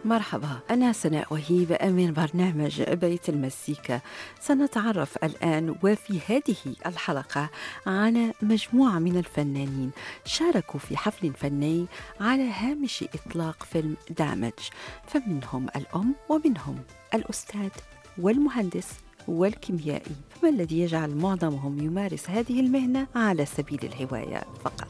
مرحبا، أنا سناء وهيب من برنامج بيت المزيكا. سنتعرف الآن وفي هذه الحلقة على مجموعة من الفنانين شاركوا في حفل فني على هامش إطلاق فيلم دامج، فمنهم الأم ومنهم الأستاذ والمهندس والكيميائي، فما الذي يجعل معظمهم يمارس هذه المهنة على سبيل الهواية فقط؟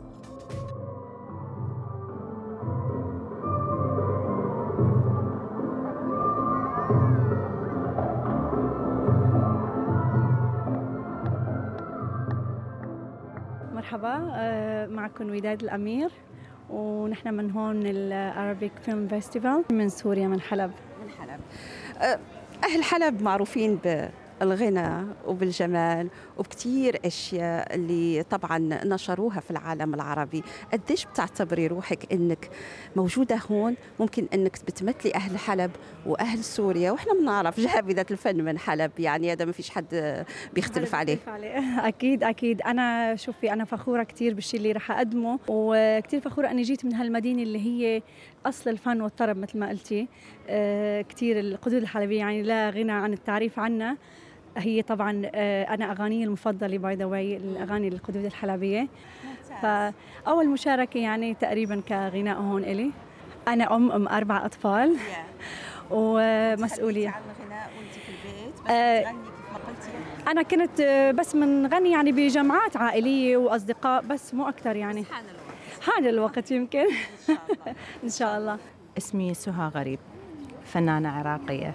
مرحبا، معكم وداد الأمير، ونحن من هون العربيك فيلم فيستيفال من سوريا، من حلب. أهل حلب معروفين بالغنى وبالجمال وبكتير أشياء اللي طبعا نشروها في العالم العربي. قديش بتعتبري روحك أنك موجودة هون ممكن أنك بتمثلي أهل حلب وأهل سوريا؟ وإحنا بنعرف جهابذة الفن من حلب، يعني هذا ما فيش حد بيختلف عليه. أكيد أنا فخورة كتير بالشيء اللي رح أقدمه، وكتير فخورة أني جيت من هالمدينة اللي هي أصل الفن والطرب مثل ما قلتي. كتير القدود الحلبية يعني لا غنى عن التعريف عنها. هي طبعا أنا أغاني المفضلة باي ذا واي الأغاني القدود الحلبية. فأول مشاركة يعني تقريبا كغناء هون إلي. أنا أم 4 أطفال ومسؤولية. أنا كنت بس منغني يعني بجمعات عائلية وأصدقاء، بس مو أكتر يعني. حان الوقت يمكن. إن شاء الله. اسمي سهى غريب، فنانة عراقية،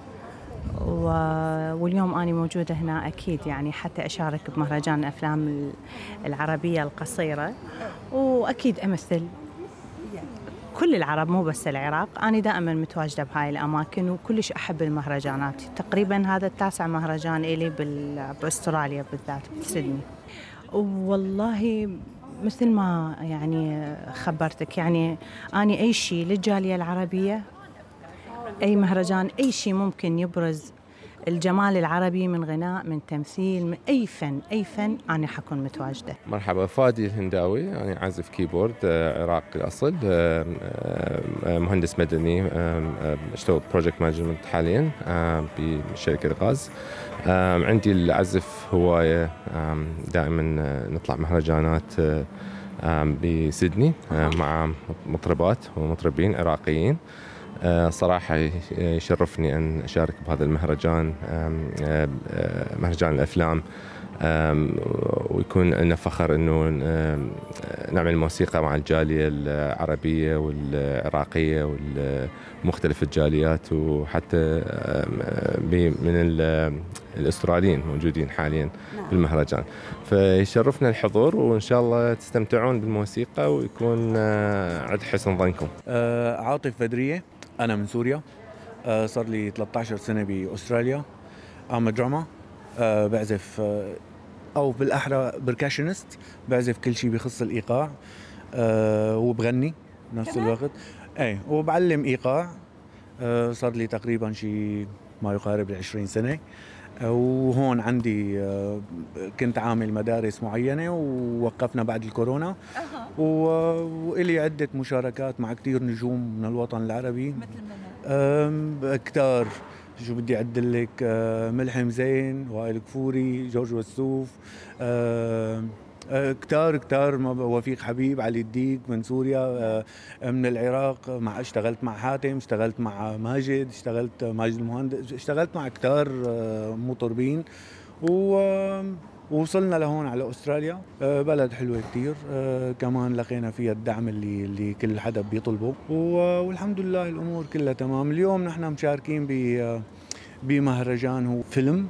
واليوم أنا موجودة هنا أكيد يعني حتى أشارك بمهرجان الأفلام العربية القصيرة، وأكيد أمثل كل العرب مو بس العراق. أنا دائما متواجدة بهاي الأماكن وكلش أحب المهرجانات. تقريبا هذا 9 مهرجان إلي بأستراليا بالذات بسيدني. والله مثل ما يعني خبرتك، يعني أنا أي شيء للجالية العربية، أي مهرجان، أي شيء ممكن يبرز الجمال العربي من غناء، من تمثيل، من أي فن أنا حكون متواجدة. مرحبا، فادي الهنداوي، أنا عازف كيبورد عراقي الأصل، مهندس مدني، أشتغل بروجكت مانجمنت حاليا بشركة غاز. عندي العزف هواية، دائما نطلع مهرجانات بسيدني مع مطربات ومطربين عراقيين. صراحة يشرفني أن أشارك بهذا المهرجان، مهرجان الأفلام، ويكون لنا فخر أنه نعمل موسيقى مع الجالية العربية والعراقية ومختلف الجاليات، وحتى من الأستراليين موجودين حاليا في المهرجان. فيشرفنا الحضور، وإن شاء الله تستمتعون بالموسيقى ويكون عند حسن ظنكم. عاطف بدرية، أنا من سوريا، صار لي 13 سنة بأستراليا. أنا دراما، بعزف أو بالأحرى بركاشنست، بعزف كل شيء بخص الإيقاع، وبغني نفس الوقت. وبعلم إيقاع. صار لي تقريبا شيء ما يقارب 20 سنة. وهون عندي كنت عامل مدارس معينة ووقفنا بعد الكورونا. وإلي عدة مشاركات مع كتير نجوم من الوطن العربي، كتار. شو بدي أعدلك؟ ملحم زين، وائل كفوري، جورج وسوف، كتار وفيق حبيب، علي الديك من سوريا، من العراق اشتغلت مع حاتم، اشتغلت مع ماجد، اشتغلت ماجد المهندس، اشتغلت مع كتار مطربين. ووصلنا لهون على أستراليا، بلد حلوة كتير، كمان لقينا فيها الدعم اللي كل حدا بيطلبه، والحمد لله الأمور كلها تمام. اليوم نحن مشاركين بمهرجان هو فيلم،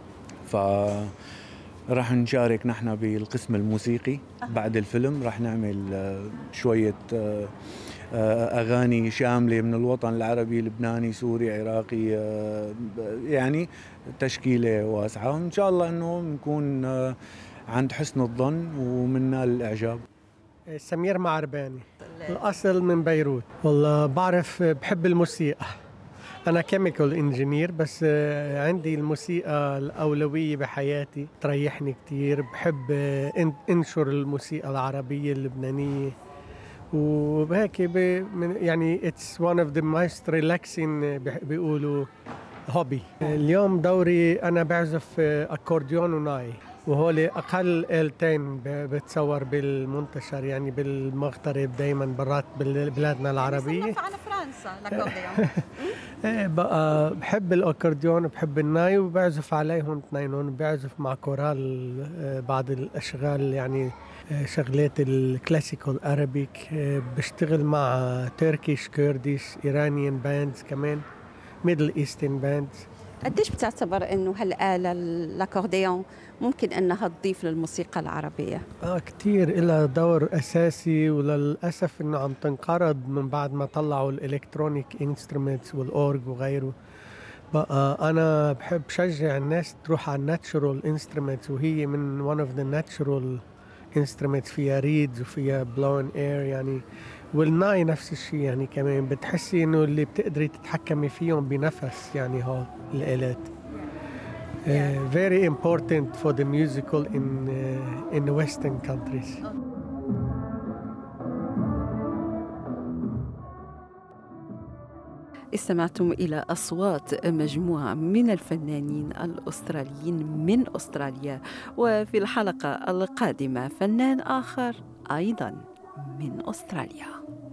راح نشارك نحن بالقسم الموسيقي. بعد الفيلم راح نعمل شوية أغاني شاملة من الوطن العربي، لبناني، سوري، عراقي، يعني تشكيلة واسعة. إن شاء الله أنه نكون عند حسن الظن ومنال الإعجاب. سمير معرباني، الأصل من بيروت. والله بحب الموسيقى. أنا كيميكال إنجينير، بس عندي الموسيقى الأولوية بحياتي، تريحني كتير. بحب انشر الموسيقى العربية اللبنانية، وهيك يعني it's one of the most relaxing بيقولوا هوبي. اليوم دوري أنا بعزف أكورديون وناي، وهول أقل آلتين بتصور بالمنتشر يعني بالمغترب دايما برات بلادنا العربية. على فرنسا الأكورديون. بقى بحب الأكورديون وبحب الناي وبعزف عليهم اثنينهم، بعزف مع كورال بعض الأشغال يعني شغلات الكلاسيكال أرابيك، بشتغل مع تركيش كرديش إيرانيان باندز كمان ميدل إيسترن باندز. قديش بتعتبر إنه هالآلة الأكورديون ممكن إنها تضيف للموسيقى العربية؟ كتير إلها دور أساسي، وللأسف إنه عم تنقرض من بعد ما طلعوا الإلكترونيك إنسترومنتس والأورج وغيره. بقى أنا بحب شجع الناس تروح على الناتشورال إنسترومنتس، وهي من one of the natural instruments، فيها ريدز وفيها blown air يعني، والناي نفس الشيء يعني كمان بتحسي إنه اللي بتقدري تتحكمي فيهم بنفس يعني هول الآلات. Very important for the musical in the Western countries. استمعتم إلى أصوات مجموعة من الفنانين الأستراليين من أستراليا، وفي الحلقة القادمة فنان آخر أيضا من أستراليا.